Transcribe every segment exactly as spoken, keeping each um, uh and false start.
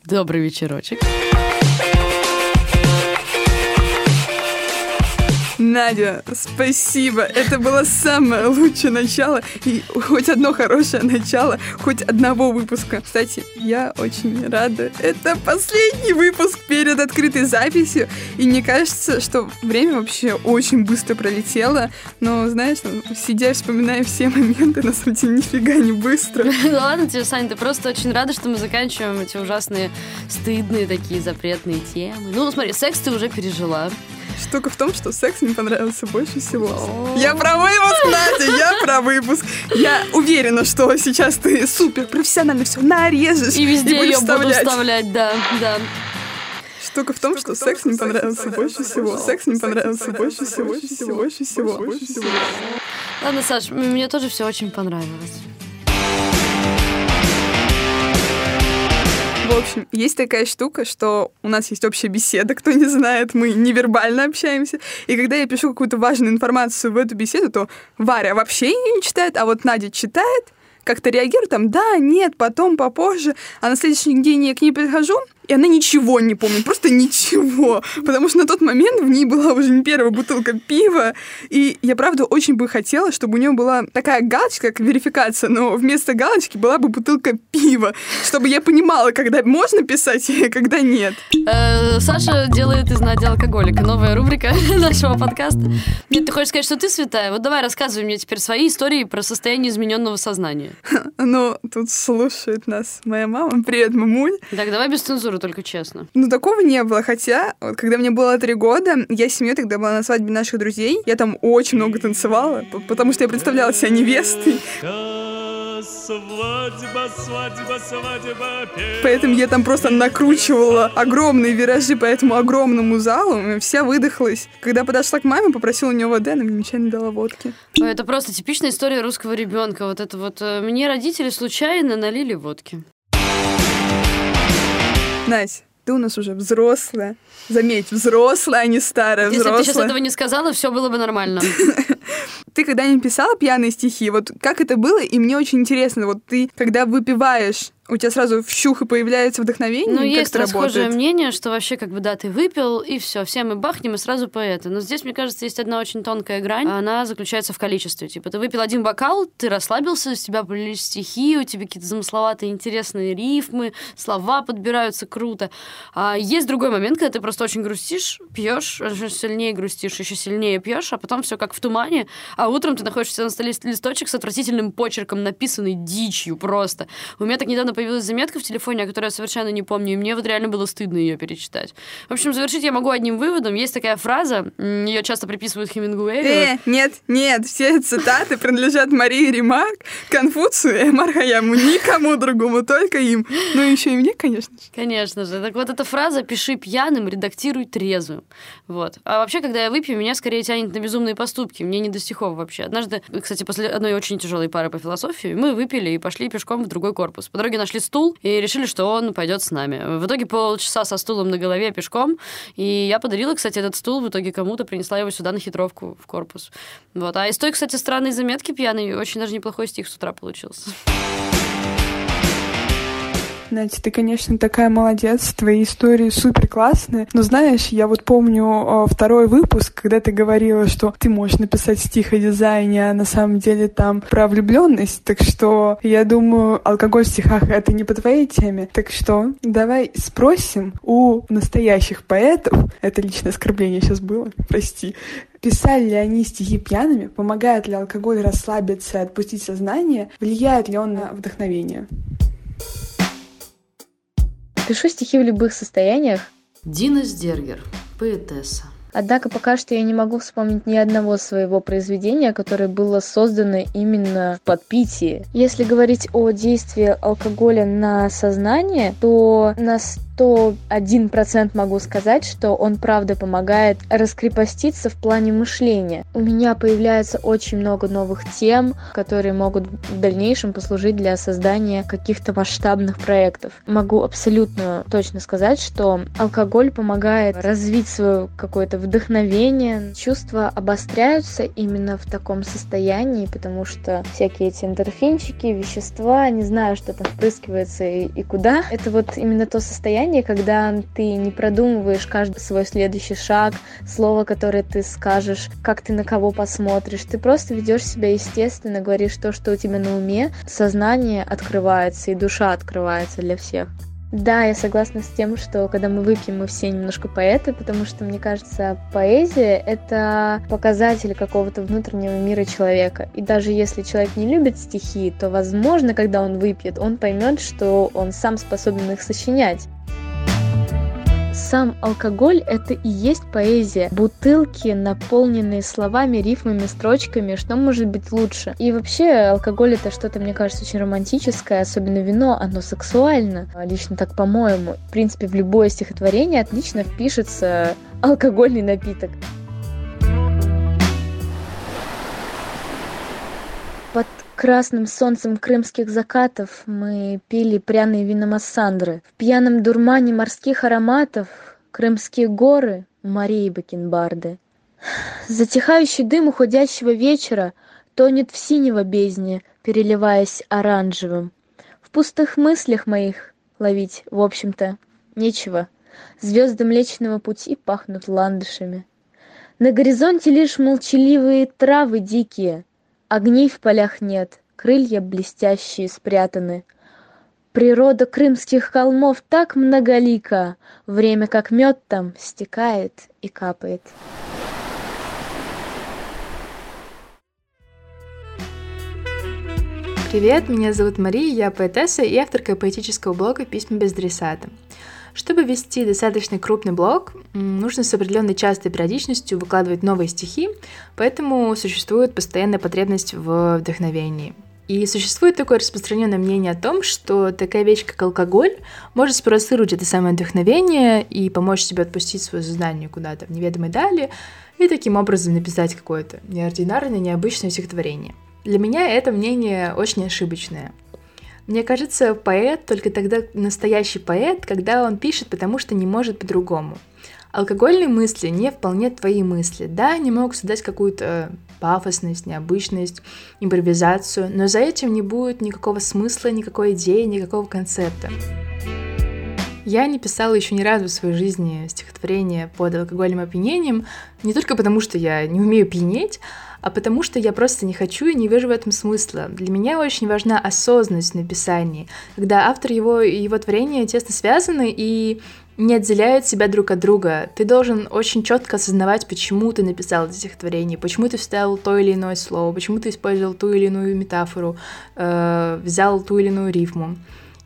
Добрый вечерочек. Надя, спасибо. Это было самое лучшее начало. И хоть одно хорошее начало, хоть одного выпуска. Кстати, я очень рада. Это последний выпуск перед открытой записью. И мне кажется, что время вообще очень быстро пролетело. Но, знаешь, сидя и вспоминая все моменты, на самом деле нифига не быстро. Ну ладно тебе, Саня, ты просто очень рада, что мы заканчиваем эти ужасные, стыдные такие запретные темы. Ну, смотри, секс ты уже пережила. Штука в том, что секс мне понравился больше всего. О-о-о. Я про выпуск, Надя, я про выпуск. Я уверена, что сейчас ты супер профессионально все нарежешь. И везде и ее буду вставлять, да, да. Штука в том, что секс мне понравился больше всего. Секс мне понравился больше всего, больше всего, больше всего, больше всего. Ладно, Саш, мне тоже все очень понравилось. В общем, есть такая штука, что у нас есть общая беседа, кто не знает, мы невербально общаемся. И когда я пишу какую-то важную информацию в эту беседу, то Варя вообще ее не читает, а вот Надя читает, как-то реагирует, там, да, нет, потом, попозже. А на следующий день я к ней прихожу, и она ничего не помнит, просто ничего. Потому что на тот момент в ней была уже не первая бутылка пива. И я, правда, очень бы хотела, чтобы у нее была такая галочка, как верификация, но вместо галочки была бы бутылка пива, чтобы я понимала, когда можно писать, а когда нет. Саша делает из Нади алкоголика. Новая рубрика нашего подкаста. Нет, ты хочешь сказать, что ты святая? Вот давай рассказывай мне теперь свои истории про состояние измененного сознания. Ну, тут слушает нас моя мама. Привет, мамуль. Так, давай без цензуры, только честно. Ну, такого не было, хотя, вот, когда мне было три года, я с семьей тогда была на свадьбе наших друзей, я там очень много танцевала, потому что я представляла себя невестой. Свадьба, свадьба, свадьба, поэтому я там просто накручивала огромные виражи по этому огромному залу, и вся выдохлась. Когда подошла к маме, попросила у нее воды, она мне нечаянно дала водки. Ой, это просто типичная история русского ребенка. Вот это вот мне родители случайно налили водки. Настя, ты у нас уже взрослая. Заметь, взрослая, а не старая, взрослая. Если бы ты сейчас этого не сказала, все было бы нормально. Ты когда-нибудь писала пьяные стихи? Вот как это было? И мне очень интересно, вот ты, когда выпиваешь, у тебя сразу вщух и появляется вдохновение? Ну, есть расхожее работает? мнение, что вообще как бы, да, ты выпил, и все, все мы бахнем, и сразу поэты. Но здесь, мне кажется, есть одна очень тонкая грань, она заключается в количестве. Типа, ты выпил один бокал, ты расслабился, у тебя полились стихи, у тебя какие-то замысловатые, интересные рифмы, слова подбираются круто. А есть другой момент, когда ты просто очень грустишь, пьешь, еще сильнее грустишь, еще сильнее пьешь, а потом все как в тумане, а утром ты находишься на столе листочек с отвратительным почерком, написанный дичью просто. У меня так недавно появилась заметка в телефоне, о которой я совершенно не помню, и мне вот реально было стыдно ее перечитать. В общем, завершить я могу одним выводом. Есть такая фраза, ее часто приписывают Хемингуэю. Э, нет, нет, все цитаты принадлежат Марии Ремарк, Конфуцию и Омар Хайяму, никому другому, только им. Ну, еще и мне, конечно же. Конечно же. Так вот, эта фраза «пиши пьяным, редактируй трезвым». Вот. А вообще, когда я выпью, меня скорее тянет на безумные поступки. Мне не до стихов вообще. Однажды, кстати, после одной очень тяжелой пары по философии, мы выпили и пошли пешком в другой корпус. По дороге нашли стул и решили, что он пойдет с нами. В итоге полчаса со стулом на голове пешком, и я подарила, кстати, этот стул в итоге кому-то, принесла его сюда на хитровку в корпус. Вот. А из той, кстати, странной заметки пьяной очень даже неплохой стих с утра получился. Надя, ты, конечно, такая молодец, твои истории супер классные, но знаешь, я вот помню второй выпуск, когда ты говорила, что ты можешь написать стих о дизайне, а на самом деле там про влюбленность, так что я думаю, алкоголь в стихах — это не по твоей теме, так что давай спросим у настоящих поэтов, это личное оскорбление сейчас было, прости, писали ли они стихи пьяными, помогает ли алкоголь расслабиться и отпустить сознание, влияет ли он на вдохновение? Пишу стихи в любых состояниях. Дина Сдергер, поэтесса. Однако пока что я не могу вспомнить ни одного своего произведения, которое было создано именно в подпитии. Если говорить о действии алкоголя на сознание, то нас сто один процент могу сказать, что он правда помогает раскрепоститься в плане мышления. У меня появляется очень много новых тем, которые могут в дальнейшем послужить для создания каких-то масштабных проектов. Могу абсолютно точно сказать, что алкоголь помогает развить свое какое-то вдохновение. Чувства обостряются именно в таком состоянии, потому что всякие эти эндорфинчики, вещества, не знаю, что там впрыскивается и, и куда. Это вот именно то состояние, когда ты не продумываешь каждый свой следующий шаг, слово, которое ты скажешь, как ты на кого посмотришь. Ты просто ведешь себя естественно, говоришь то, что у тебя на уме. Сознание открывается и душа открывается для всех. Да, я согласна с тем, что когда мы выпьем, мы все немножко поэты, потому что, мне кажется, поэзия — это показатель какого-то внутреннего мира человека. И даже если человек не любит стихи, то, возможно, когда он выпьет, он поймет, что он сам способен их сочинять. Сам алкоголь — это и есть поэзия. Бутылки, наполненные словами, рифмами, строчками, что может быть лучше? И вообще, алкоголь — это что-то, мне кажется, очень романтическое, особенно вино, оно сексуально, лично так по-моему. В принципе, в любое стихотворение отлично впишется алкогольный напиток. Под красным солнцем крымских закатов мы пили пряные вина Массандры. В пьяном дурмане морских ароматов крымские горы, морей бакенбарды. Затихающий дым уходящего вечера тонет в синего бездне, переливаясь оранжевым. В пустых мыслях моих ловить, в общем-то, нечего. Звезды Млечного Пути пахнут ландышами. На горизонте лишь молчаливые травы дикие. Огней в полях нет, крылья блестящие спрятаны. Природа крымских холмов так многолика, время как мед там стекает и капает. Привет, меня зовут Мария, я поэтесса и авторка поэтического блога «Письма без адресата». Чтобы вести достаточно крупный блог, нужно с определенной частой периодичностью выкладывать новые стихи, поэтому существует постоянная потребность в вдохновении. И существует такое распространенное мнение о том, что такая вещь, как алкоголь, может спровоцировать это самое вдохновение и помочь тебе отпустить свое сознание куда-то в неведомые дали и таким образом написать какое-то неординарное, необычное стихотворение. Для меня это мнение очень ошибочное. Мне кажется, поэт только тогда настоящий поэт, когда он пишет, потому что не может по-другому. Алкогольные мысли не вполне твои мысли. Да, они могут создать какую-то пафосность, необычность, импровизацию, но за этим не будет никакого смысла, никакой идеи, никакого концепта. Я не писала еще ни разу в своей жизни стихотворение под алкогольным опьянением, не только потому, что я не умею пьянеть, а потому что я просто не хочу и не вижу в этом смысла. Для меня очень важна осознанность в написании, когда автор его и его творение тесно связаны и не отделяют себя друг от друга. Ты должен очень четко осознавать, почему ты написал это стихотворение, почему ты вставил то или иное слово, почему ты использовал ту или иную метафору, э, взял ту или иную рифму.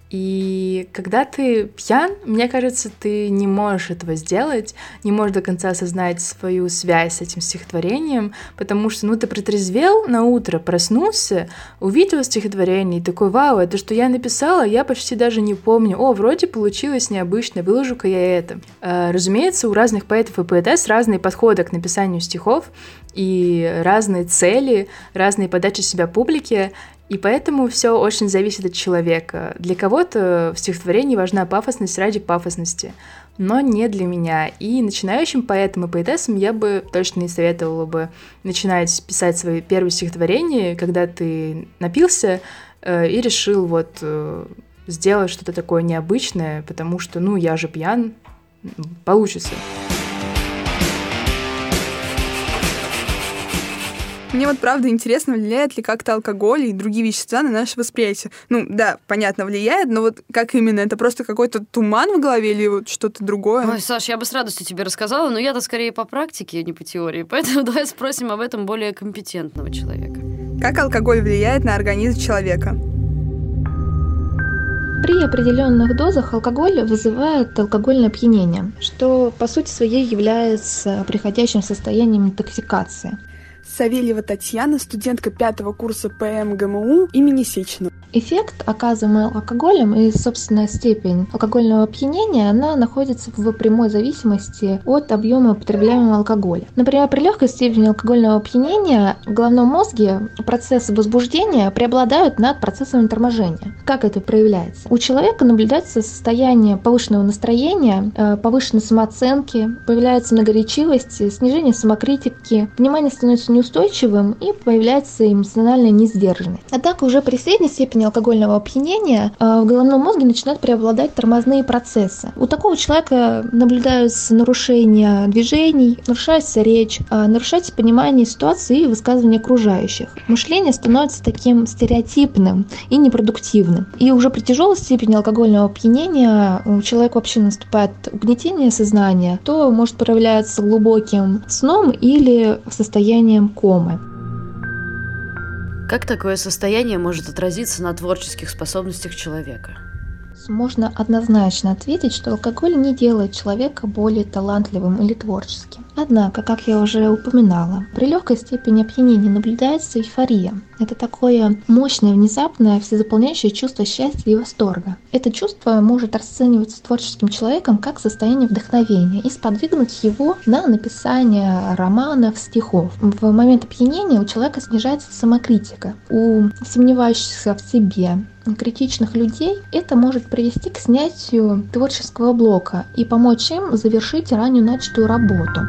И когда ты пьян, мне кажется, ты не можешь этого сделать, не можешь до конца осознать свою связь с этим стихотворением, потому что, ну, ты протрезвел на утро, проснулся, увидел стихотворение и такой: вау, это что я написала, я почти даже не помню, о, вроде получилось необычно, выложу-ка я это. Разумеется, у разных поэтов и поэтесс разные подходы к написанию стихов и разные цели, разные подачи себя публике. И поэтому все очень зависит от человека. Для кого-то в стихотворении важна пафосность ради пафосности, но не для меня. И начинающим поэтам и поэтессам я бы точно не советовала бы начинать писать свои первые стихотворения, когда ты напился э, и решил вот э, сделать что-то такое необычное, потому что, ну, я же пьян, получится. Мне вот правда интересно, влияет ли как-то алкоголь и другие вещества на наше восприятие. Ну да, понятно, влияет, но вот как именно? Это просто какой-то туман в голове или вот что-то другое? Ой, Саш, я бы с радостью тебе рассказала, но я-то скорее по практике, а не по теории. Поэтому давай спросим об этом более компетентного человека. Как алкоголь влияет на организм человека? При определенных дозах алкоголь вызывает алкогольное опьянение, что по сути своей является приходящим состоянием интоксикации. Савельева Татьяна, студентка пятого курса ПМ ГМУ имени Сеченова. Эффект, оказываемый алкоголем, и, собственно, степень алкогольного опьянения, она находится в прямой зависимости от объема употребляемого алкоголя. Например, при легкой степени алкогольного опьянения в головном мозге процессы возбуждения преобладают над процессами торможения. Как это проявляется? У человека наблюдается состояние повышенного настроения, повышенной самооценки, появляется многоречивость, снижение самокритики, внимание становится неустойчивым и появляется эмоциональная несдержанность. Однако уже при средней степени алкогольного опьянения в головном мозге начинают преобладать тормозные процессы. У такого человека наблюдаются нарушения движений, нарушается речь, нарушается понимание ситуации и высказывания окружающих. Мышление становится таким стереотипным и непродуктивным. И уже при тяжелой степени алкогольного опьянения у человека вообще наступает угнетение сознания, то может проявляться глубоким сном или состоянием комы. Как такое состояние может отразиться на творческих способностях человека? Можно однозначно ответить, что алкоголь не делает человека более талантливым или творческим. Однако, как я уже упоминала, при легкой степени опьянения наблюдается эйфория. Это такое мощное, внезапное, всезаполняющее чувство счастья и восторга. Это чувство может расцениваться творческим человеком как состояние вдохновения и сподвигнуть его на написание романов, стихов. В момент опьянения у человека снижается самокритика. У сомневающихся в себе, критичных людей это может привести к снятию творческого блока и помочь им завершить ранее начатую работу.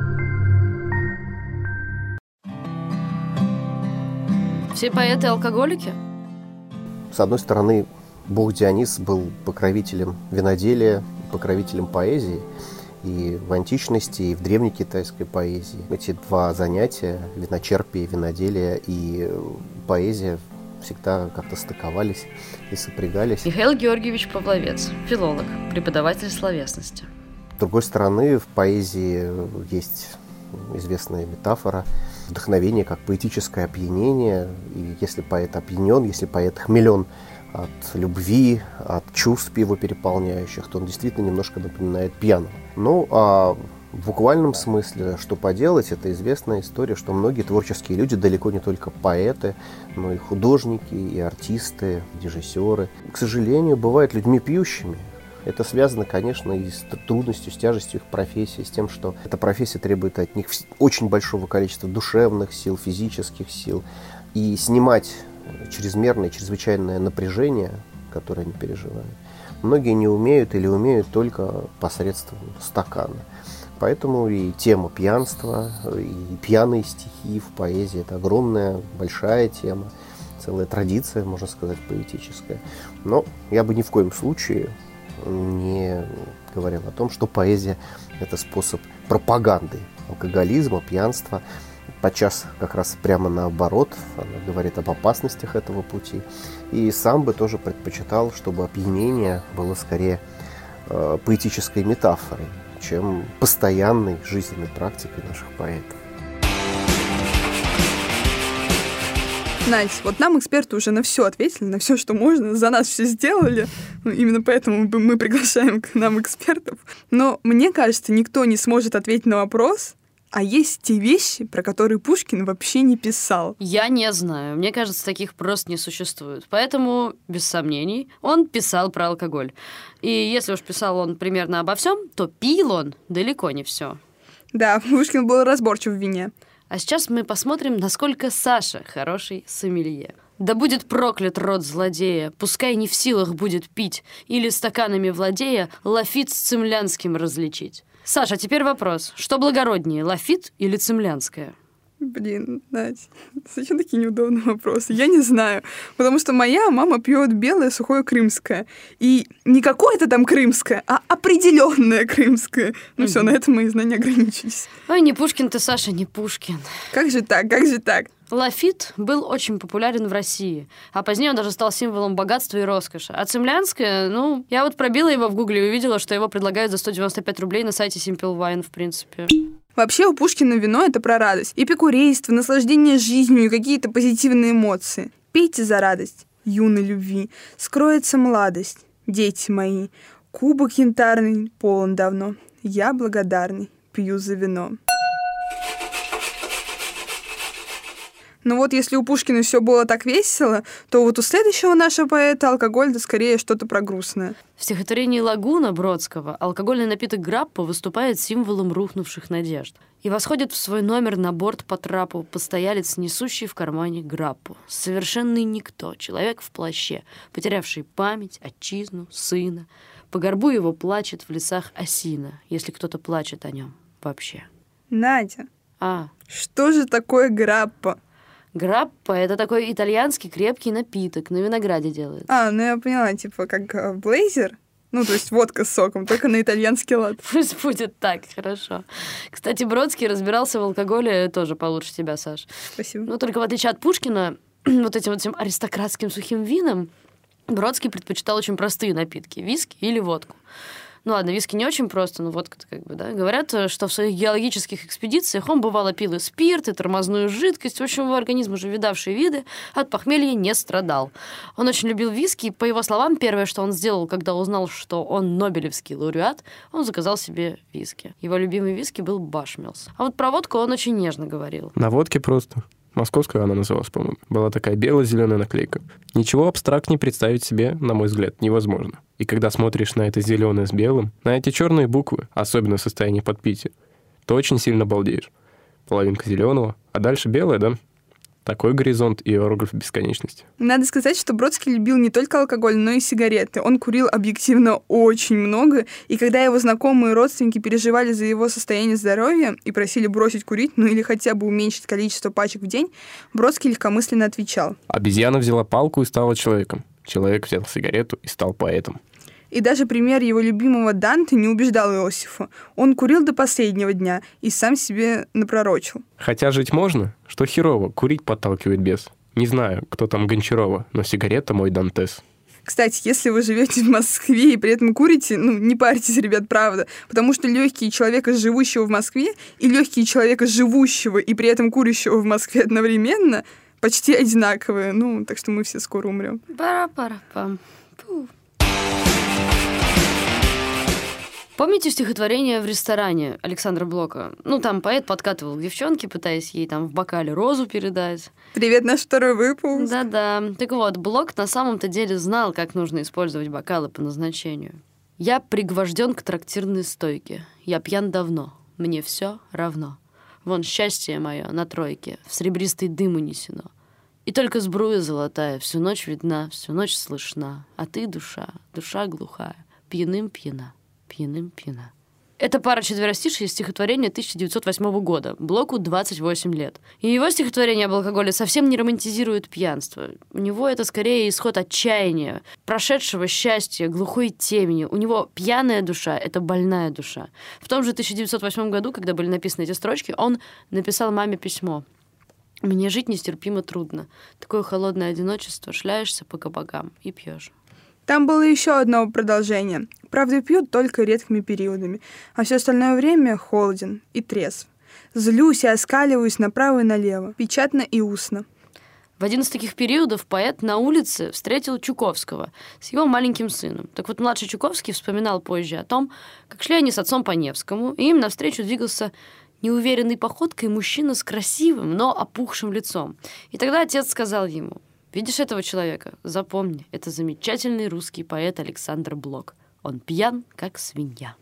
Все поэты алкоголики? С одной стороны, бог Дионис был покровителем виноделия, покровителем поэзии. И в античности, и в древнекитайской поэзии эти два занятия, виночерпие, виноделие и поэзия, всегда как-то стыковались и сопрягались. Михаил Георгиевич Павловец, филолог, преподаватель словесности. С другой стороны, в поэзии есть известная метафора вдохновение как поэтическое опьянение. И если поэт опьянен, если поэт хмелен от любви, от чувств его переполняющих, то он действительно немножко напоминает пьяного. Ну, а в буквальном смысле, что поделать, это известная история, что многие творческие люди, далеко не только поэты, но и художники, и артисты, режиссеры, к сожалению, бывают людьми пьющими. Это связано, конечно, и с трудностью, с тяжестью их профессии, с тем, что эта профессия требует от них очень большого количества душевных сил, физических сил. И снимать чрезмерное, чрезвычайное напряжение, которое они переживают, многие не умеют или умеют только посредством стакана. Поэтому и тема пьянства, и пьяные стихи в поэзии – это огромная, большая тема, целая традиция, можно сказать, поэтическая. Но я бы ни в коем случае не говорил о том, что поэзия – это способ пропаганды алкоголизма, пьянства. Подчас как раз прямо наоборот, она говорит об опасностях этого пути. И сам бы тоже предпочитал, чтобы опьянение было скорее э, поэтической метафорой, чем постоянной жизненной практикой наших поэтов. Надь, вот нам эксперты уже на все ответили, на все, что можно, за нас все сделали. Ну, именно поэтому мы приглашаем к нам экспертов. Но мне кажется, никто не сможет ответить на вопрос, а есть те вещи, про которые Пушкин вообще не писал. Я не знаю. Мне кажется, таких просто не существует. Поэтому, без сомнений, он писал про алкоголь. И если уж писал он примерно обо всем, то пил он далеко не все. Да, Пушкин был разборчив в вине. А сейчас мы посмотрим, насколько Саша хороший сомелье. Да будет проклят род злодея, пускай не в силах будет пить, или стаканами владея лафит с цимлянским различить. Саша, теперь вопрос. Что благороднее, лафит или цимлянское? Блин, Надь, зачем такие неудобные вопросы? Я не знаю. Потому что моя мама пьет белое сухое крымское. И не какое-то там крымское, а определенное крымское. Ну mm-hmm. все, на этом мои знания ограничились. Ой, не Пушкин ты, Саша, не Пушкин. Как же так, как же так? Лафит был очень популярен в России, а позднее он даже стал символом богатства и роскоши. А цимлянское, ну, я вот пробила его в гугле и увидела, что его предлагают за сто девяносто пять рублей на сайте Simple Wine, в принципе. Вообще у Пушкина вино — это про радость, эпикурейство, наслаждение жизнью и какие-то позитивные эмоции. Пейте за радость юной любви, скроется младость, дети мои. Кубок янтарный полон давно, я благодарный пью за вино. Но вот если у Пушкина все было так весело, то вот у следующего нашего поэта алкоголь — это скорее что-то про грустное. В стихотворении «Лагуна» Бродского алкогольный напиток граппа выступает символом рухнувших надежд. И восходит в свой номер на борт по трапу постоялец, несущий в кармане граппу. Совершенный никто, человек в плаще, потерявший память, отчизну, сына. По горбу его плачет в лесах осина, если кто-то плачет о нем вообще. Надя, А, что же такое граппа? граппа — это такой итальянский крепкий напиток, на винограде делают. А, ну я поняла, типа как э, блейзер. Ну, то есть водка с соком, только на итальянский лад. Пусть будет так, хорошо. Кстати, Бродский разбирался в алкоголе тоже получше тебя, Саш. Спасибо. Но только в отличие от Пушкина, вот этим вот этим аристократским сухим вином, Бродский предпочитал очень простые напитки — виски или водку. Ну ладно, виски не очень просто, но водка-то как бы, да. Говорят, что в своих геологических экспедициях он, бывало, пил и спирт, и тормозную жидкость. В общем, его организм, уже видавший виды, от похмелья не страдал. Он очень любил виски, и, по его словам, первое, что он сделал, когда узнал, что он нобелевский лауреат, он заказал себе виски. Его любимый виски был Башмелс. А вот про водку он очень нежно говорил. На водке просто. Московская она называлась, по-моему. Была такая бело-зеленая наклейка. Ничего абстрактнее представить себе, на мой взгляд, невозможно. И когда смотришь на это зеленое с белым, на эти черные буквы, особенно в состоянии подпития, то очень сильно балдеешь. Половинка зеленого, а дальше белое, да? Такой горизонт и иероглиф бесконечности. Надо сказать, что Бродский любил не только алкоголь, но и сигареты. Он курил объективно очень много, и когда его знакомые и родственники переживали за его состояние здоровья и просили бросить курить, ну или хотя бы уменьшить количество пачек в день, Бродский легкомысленно отвечал: Обезьяна взяла палку и стала человеком. Человек взял сигарету и стал поэтом. И даже пример его любимого Данте не убеждал Иосифа. Он курил до последнего дня и сам себе напророчил. Хотя жить можно, что херово, курить подталкивает бес. Не знаю, кто там Гончарова, но сигарета мой Дантес. Кстати, если вы живете в Москве и при этом курите, ну, не парьтесь, ребят, правда. Потому что легкие человека, живущего в Москве, и легкие человека, живущего и при этом курящего в Москве одновременно, почти одинаковые. Ну, так что мы все скоро умрем. Пара-пара-пам. Пу. Помните стихотворение «В ресторане» Александра Блока? Ну, там поэт подкатывал к девчонке, пытаясь ей там в бокале розу передать. Привет, наш второй выпуск. Да-да. Так вот, Блок на самом-то деле знал, как нужно использовать бокалы по назначению. «Я пригвожден к трактирной стойке. Я пьян давно. Мне все равно. Вон счастье мое на тройке, в серебристый дым унесено. И только сбруя золотая всю ночь видна, всю ночь слышна. А ты, душа, душа глухая, пьяным пьяна. Пьяным пьяна». Это пара четверостишей из стихотворения тысяча девятьсот восьмого года. Блоку двадцать восемь лет. И его стихотворение об алкоголе совсем не романтизирует пьянство. У него это скорее исход отчаяния, прошедшего счастья, глухой темени. У него пьяная душа — это больная душа. В том же тысяча девятьсот восьмом году, когда были написаны эти строчки, он написал маме письмо. «Мне жить нестерпимо трудно. Такое холодное одиночество, шляешься по кабакам и пьешь». Там было еще одно продолжение. Правда, пьют только редкими периодами, а все остальное время холоден и трезв. Злюсь и оскаливаюсь направо и налево, печатно и устно. В один из таких периодов поэт на улице встретил Чуковского с его маленьким сыном. Так вот, младший Чуковский вспоминал позже о том, как шли они с отцом по Невскому, и им навстречу двигался неуверенной походкой мужчина с красивым, но опухшим лицом. И тогда отец сказал ему: «Видишь этого человека? Запомни, это замечательный русский поэт Александр Блок. Он пьян, как свинья».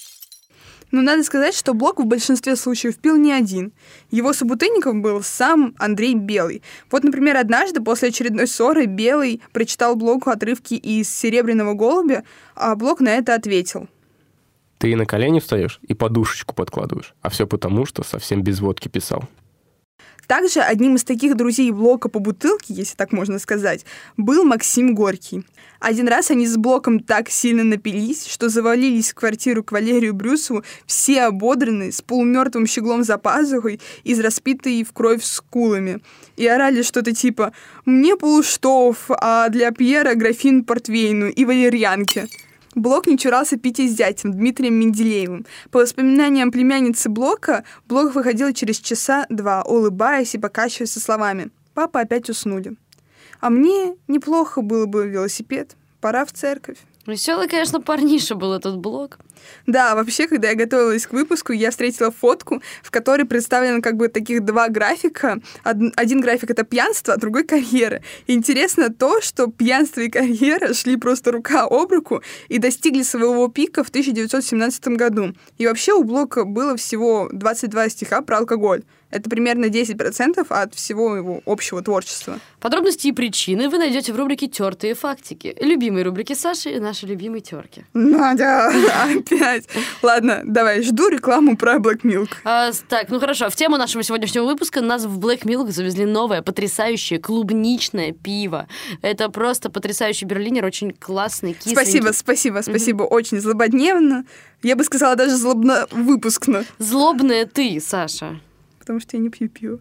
Но надо сказать, что Блок в большинстве случаев пил не один. Его собутыльником был сам Андрей Белый. Вот, например, однажды после очередной ссоры Белый прочитал Блоку отрывки из «Серебряного голубя», а Блок на это ответил: Ты и на колени встаешь, и подушечку подкладываешь. А все потому, что совсем без водки писал. Также одним из таких друзей Блока по бутылке, если так можно сказать, был Максим Горький. Один раз они с Блоком так сильно напились, что завалились в квартиру к Валерию Брюсову, все ободранные, с полумертвым щеглом за пазухой и с распитой в кровь скулами. И орали что-то типа «Мне полуштов, а для Пьера графин портвейну и валерьянки». Блок не чурался пить и с зятем Дмитрием Менделеевым. По воспоминаниям племянницы Блока, Блок выходил через часа два, улыбаясь и покачиваясь со словами: «Папа опять уснули. А мне неплохо было бы велосипед. Пора в церковь». Веселый, конечно, парниша был этот Блок. Да, вообще, когда я готовилась к выпуску, я встретила фотку, в которой представлены как бы таких два графика. Один график — это пьянство, а другой — карьера. И интересно то, что пьянство и карьера шли просто рука об руку и достигли своего пика в тысяча девятьсот семнадцатом году. И вообще у Блока было всего двадцать два стиха про алкоголь. Это примерно десять процентов от всего его общего творчества. Подробности и причины вы найдете в рубрике «Тертые фактики». Любимой рубрике Саши и нашей любимой терки. Надя, опять. Ладно, давай, жду рекламу про Black Milk. А, так, ну хорошо. В тему нашего сегодняшнего выпуска нас в Black Milk завезли новое, потрясающее клубничное пиво. Это просто потрясающий берлинер, очень классный, кисленький. Спасибо, спасибо, спасибо. Mm-hmm. Очень злободневно. Я бы сказала, даже злобно-выпускно. Злобная ты, Саша. Потому что я не пью пиво.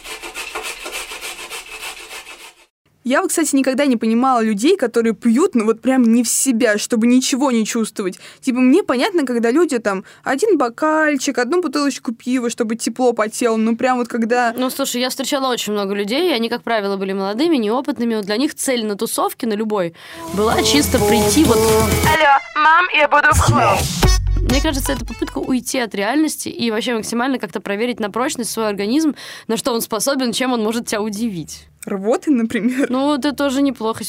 Я, кстати, никогда не понимала людей, которые пьют, ну вот прям не в себя, чтобы ничего не чувствовать. Типа, мне понятно, когда люди там один бокальчик, одну бутылочку пива, чтобы тепло по телу, ну прям вот когда... Ну, слушай, я встречала очень много людей, и они, как правило, были молодыми, неопытными, но для них цель на тусовке, на любой, была чисто прийти вот... Алло, мам, я буду в клуб. Мне кажется, это попытка уйти от реальности и вообще максимально как-то проверить на прочность свой организм, на что он способен, чем он может тебя удивить. Рвоты, например. Ну, это тоже неплохо.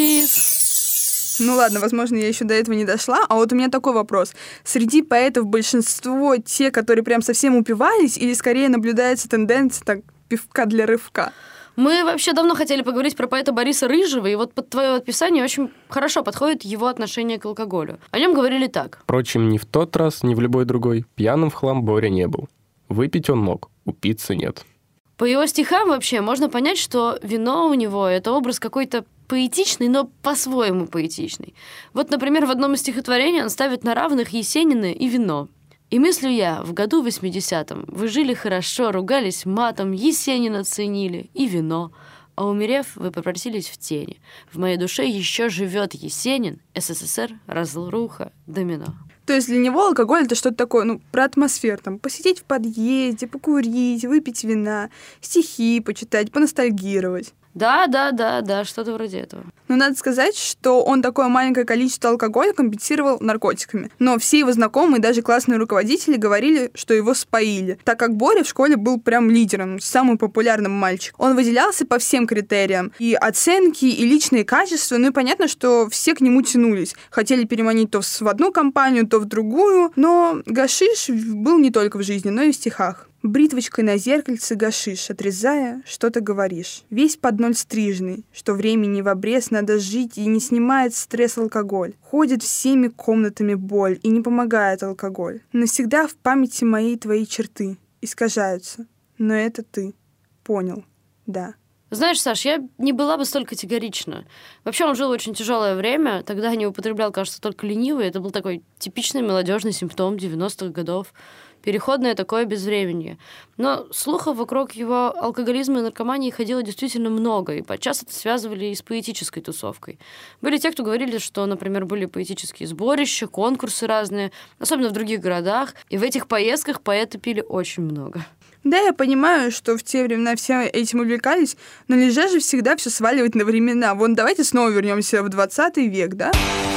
Сюрприз. Ну ладно, возможно, я еще до этого не дошла. А вот у меня такой вопрос. Среди поэтов большинство те, которые прям совсем упивались, или скорее наблюдается тенденция так пивка для рывка? Мы вообще давно хотели поговорить про поэта Бориса Рыжего, и вот под твое описание очень хорошо подходит его отношение к алкоголю. О нем говорили так. Впрочем, ни в тот раз, ни в любой другой пьяным в хлам Боря не был. Выпить он мог, упиться нет. По его стихам вообще можно понять, что вино у него — это образ какой-то поэтичный, но по-своему поэтичный. Вот, например, в одном из стихотворений он ставит на равных Есенина и вино. «И мыслю я, в году восьмидесятом вы жили хорошо, ругались матом, Есенина ценили и вино. А умерев, вы попросились в тени. В моей душе еще живет Есенин, СССР, разруха, домино». То есть для него алкоголь — это что-то такое, ну, про атмосферу. Там, посидеть в подъезде, покурить, выпить вина, стихи почитать, поностальгировать. Да, да, да, да, что-то вроде этого. Но надо сказать, что он такое маленькое количество алкоголя компенсировал наркотиками. Но все его знакомые, даже классные руководители, говорили, что его споили, так как Боря в школе был прям лидером, самым популярным мальчиком. Он выделялся по всем критериям. И оценки, и личные качества. Ну и понятно, что все к нему тянулись. Хотели переманить то в одну компанию, то в другую. Но гашиш был не только в жизни, но и в стихах. Бритвочкой на зеркальце гашиш, отрезая, что ты говоришь. Весь под ноль стрижный, что времени в обрез надо жить, и не снимает стресс алкоголь. Ходит всеми комнатами боль, и не помогает алкоголь. Навсегда в памяти моей твои черты искажаются. Но это ты. Понял. Да. Знаешь, Саш, я не была бы столь категорична. Вообще, он жил очень тяжелое время, тогда не употреблял, кажется, только ленивый. Это был такой типичный молодежный симптом девяностых годов. Переходное такое безвременье. Но слухов вокруг его алкоголизма и наркомании ходило действительно много, и подчас это связывали и с поэтической тусовкой. Были те, кто говорили, что, например, были поэтические сборища, конкурсы разные, особенно в других городах, и в этих поездках поэты пили очень много. Да, я понимаю, что в те времена все этим увлекались, но нельзя же всегда все сваливать на времена. Вон, давайте снова вернемся в двадцатый век, да?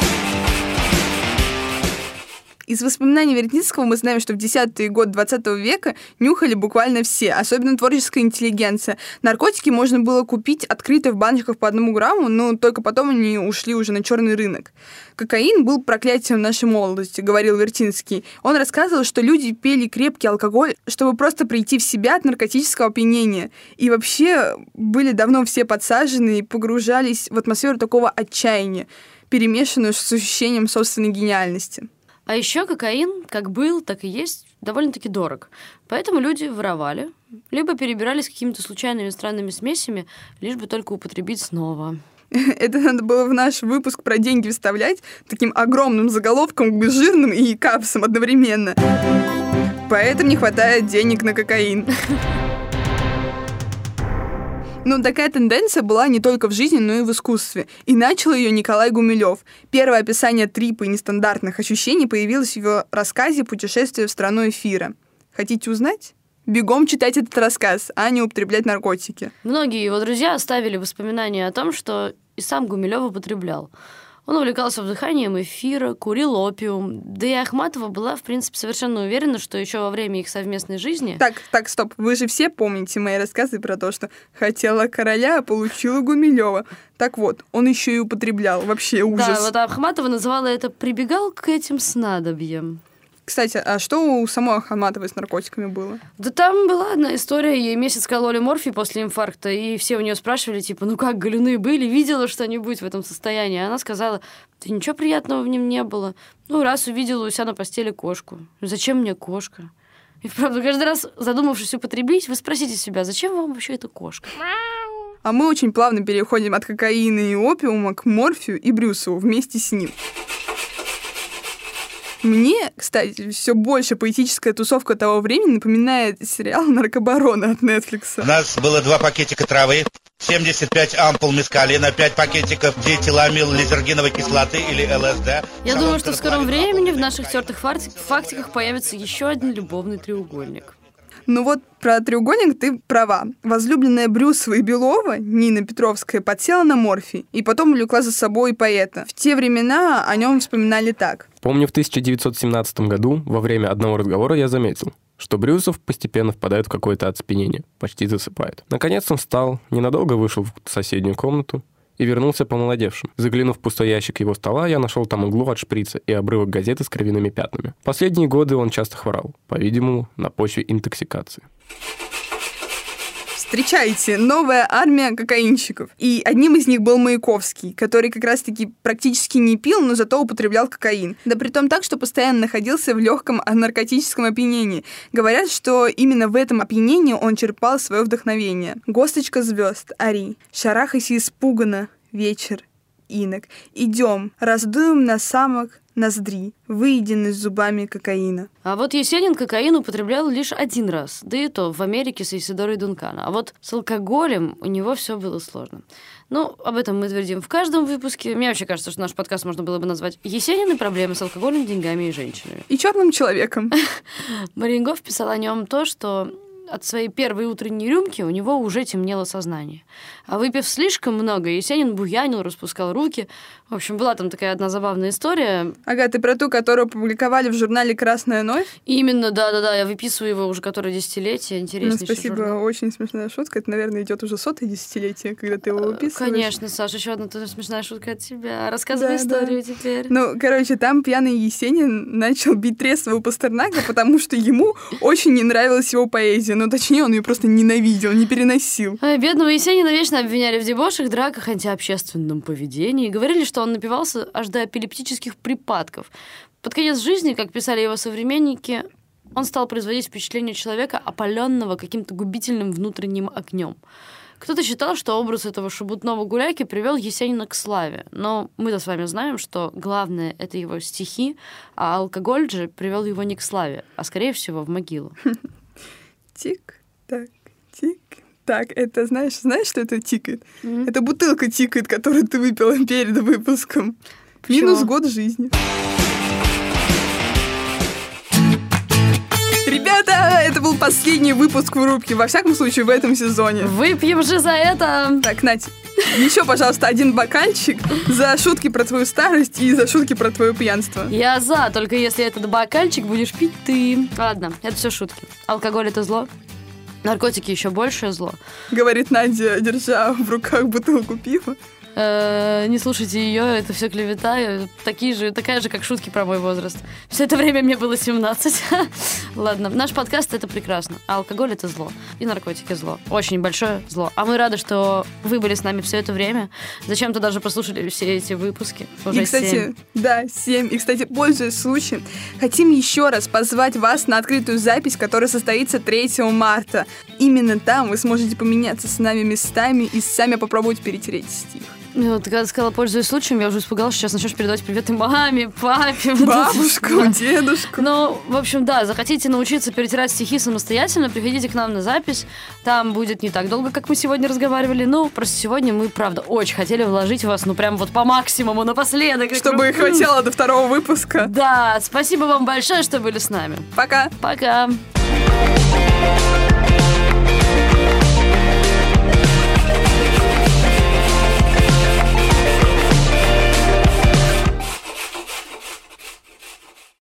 Из воспоминаний Вертинского мы знаем, что в десятые годы двадцатого века нюхали буквально все, особенно творческая интеллигенция. Наркотики можно было купить открыто в баночках по одному грамму, но только потом они ушли уже на черный рынок. Кокаин был проклятием нашей молодости, говорил Вертинский. Он рассказывал, что люди пили крепкий алкоголь, чтобы просто прийти в себя от наркотического опьянения. И вообще были давно все подсажены и погружались в атмосферу такого отчаяния, перемешанную с ощущением собственной гениальности. А еще кокаин, как был, так и есть, довольно-таки дорог. Поэтому люди воровали, либо перебирались какими-то случайными странными смесями, лишь бы только употребить снова. Это надо было в наш выпуск про деньги вставлять таким огромным заголовком, жирным и капсом одновременно. Поэтому не хватает денег на кокаин. Но такая тенденция была не только в жизни, но и в искусстве. И начал ее Николай Гумилев. Первое описание трипа и нестандартных ощущений появилось в его рассказе «Путешествие в страну эфира». Хотите узнать? Бегом читать этот рассказ, а не употреблять наркотики. Многие его друзья оставили воспоминания о том, что и сам Гумилев употреблял. Он увлекался вдыханием эфира, курил опиум. Да и Ахматова была, в принципе, совершенно уверена, что еще во время их совместной жизни... Так, так, стоп. Вы же все помните мои рассказы про то, что хотела короля, а получила Гумилева. Так вот, он еще и употреблял. Вообще ужас. Да, вот Ахматова называла это «прибегал к этим снадобьям». Кстати, а что у самой Ахматовой с наркотиками было? Да там была одна история, ей месяц кололи морфий после инфаркта, и все у нее спрашивали, типа, ну как, галюны были, видела что-нибудь в этом состоянии? А она сказала, да ничего приятного в нем не было. Ну, раз увидела у себя на постели кошку. Зачем мне кошка? И правда, каждый раз, задумавшись употребить, вы спросите себя, зачем вам вообще эта кошка? А мы очень плавно переходим от кокаина и опиума к морфию и Брюсову вместе с ним. Мне, кстати, все больше поэтическая тусовка того времени напоминает сериал «Наркобароны» от Netflix. У нас было два пакетика травы, семьдесят пять ампул мескалина, пять пакетиков диэтиламил лизергиновой кислоты или эл эс дэ. Я думаю, что в скором времени в наших тертых фактиках появится еще один любовный треугольник. Ну вот про треугольник ты права. Возлюбленная Брюсова и Белова, Нина Петровская, подсела на морфий и потом увлекла за собой поэта. В те времена о нем вспоминали так. Помню, в тысяча девятьсот семнадцатом году во время одного разговора я заметил, что Брюсов постепенно впадает в какое-то оцепенение, почти засыпает. Наконец он встал, ненадолго вышел в соседнюю комнату и вернулся помолодевшим. Заглянув в пустой ящик его стола, я нашел там иглу от шприца и обрывок газеты с кровяными пятнами. Последние годы он часто хворал, по-видимому, на почве интоксикации. Встречайте, новая армия кокаинщиков. И одним из них был Маяковский, который как раз-таки практически не пил, но зато употреблял кокаин. Да притом так, что постоянно находился в легком наркотическом опьянении. Говорят, что именно в этом опьянении он черпал свое вдохновение. «Госточка звезд, ари, шарахайся испуганно, вечер, инок. Идем, раздуем на самок ноздри, выедены с зубами кокаина». А вот Есенин кокаин употреблял лишь один раз, да и то в Америке с Исидорой Дункана. А вот с алкоголем у него все было сложно. Ну, об этом мы твердим в каждом выпуске. Мне вообще кажется, что наш подкаст можно было бы назвать «Есенин и проблемы с алкоголем, деньгами и женщинами». И черным человеком. Марингоф писал о нем то, что от своей первой утренней рюмки у него уже темнело сознание. А выпив слишком много, Есенин буянил, распускал руки. В общем, была там такая одна забавная история. Ага, ты про ту, которую опубликовали в журнале «Красная новь»? Именно, да-да-да, я выписываю его уже которое десятилетие, интереснейший Ну, спасибо, журнал. Очень смешная шутка. Это, наверное, идет уже сотое десятилетие, когда ты его выписываешь. Конечно, Саша, еще одна тоже смешная шутка от тебя. Рассказывай Да, историю да. теперь. Ну, короче, там пьяный Есенин начал бить трезвого Пастернака, потому что ему очень не нравилась его поэзия. Ну, точнее, он ее просто ненавидел, не переносил. Ой, бедного Есенина вечно обвиняли в дебошах, драках, антиобщественном поведении. Говорили, что он напивался аж до эпилептических припадков. Под конец жизни, как писали его современники, он стал производить впечатление человека, опаленного каким-то губительным внутренним огнем. Кто-то считал, что образ этого шебутного гуляки привел Есенина к славе. Но мы-то с вами знаем, что главное — это его стихи, а алкоголь же привел его не к славе, а, скорее всего, в могилу. Тик-так, тик-так. Это, знаешь, знаешь, что это тикает? Mm-hmm. Это бутылка тикает, которую ты выпила перед выпуском. Почему? Минус год жизни. Ребята, это был последний выпуск в рубке, во всяком случае, в этом сезоне. Выпьем же за это! Так, Надь, еще, пожалуйста, один бокальчик за шутки про твою старость и за шутки про твое пьянство. Я за, только если этот бокальчик будешь пить ты. Ладно, это все шутки. Алкоголь — это зло. Наркотики — еще большее зло. Говорит Надя, держа в руках бутылку пива. Э, не слушайте ее, это все клевета, такие же, такая же, как шутки про мой возраст. Все это время мне было семнадцать. Ладно, наш подкаст — это прекрасно, а алкоголь — это зло, и наркотики — зло, очень большое зло. А мы рады, что вы были с нами все это время, зачем-то даже послушали все эти выпуски. Уже и, кстати, семь. Да, семь. И, кстати, пользуясь случаем, хотим еще раз позвать вас на открытую запись, которая состоится третьего марта. Именно там вы сможете поменяться с нами местами и сами попробовать перетереть стих. Ну, ты когда сказала, пользуясь случаем, я уже испугалась, что сейчас начнешь передавать приветы маме, папе. Бабушку, дедушку. Ну, в общем, да, захотите научиться перетирать стихи самостоятельно, приходите к нам на запись. Там будет не так долго, как мы сегодня разговаривали. Ну, просто сегодня мы, правда, очень хотели вложить в вас, ну, прям вот по максимуму напоследок. Чтобы хватило до второго выпуска. Да, спасибо вам большое, что были с нами. Пока. Пока.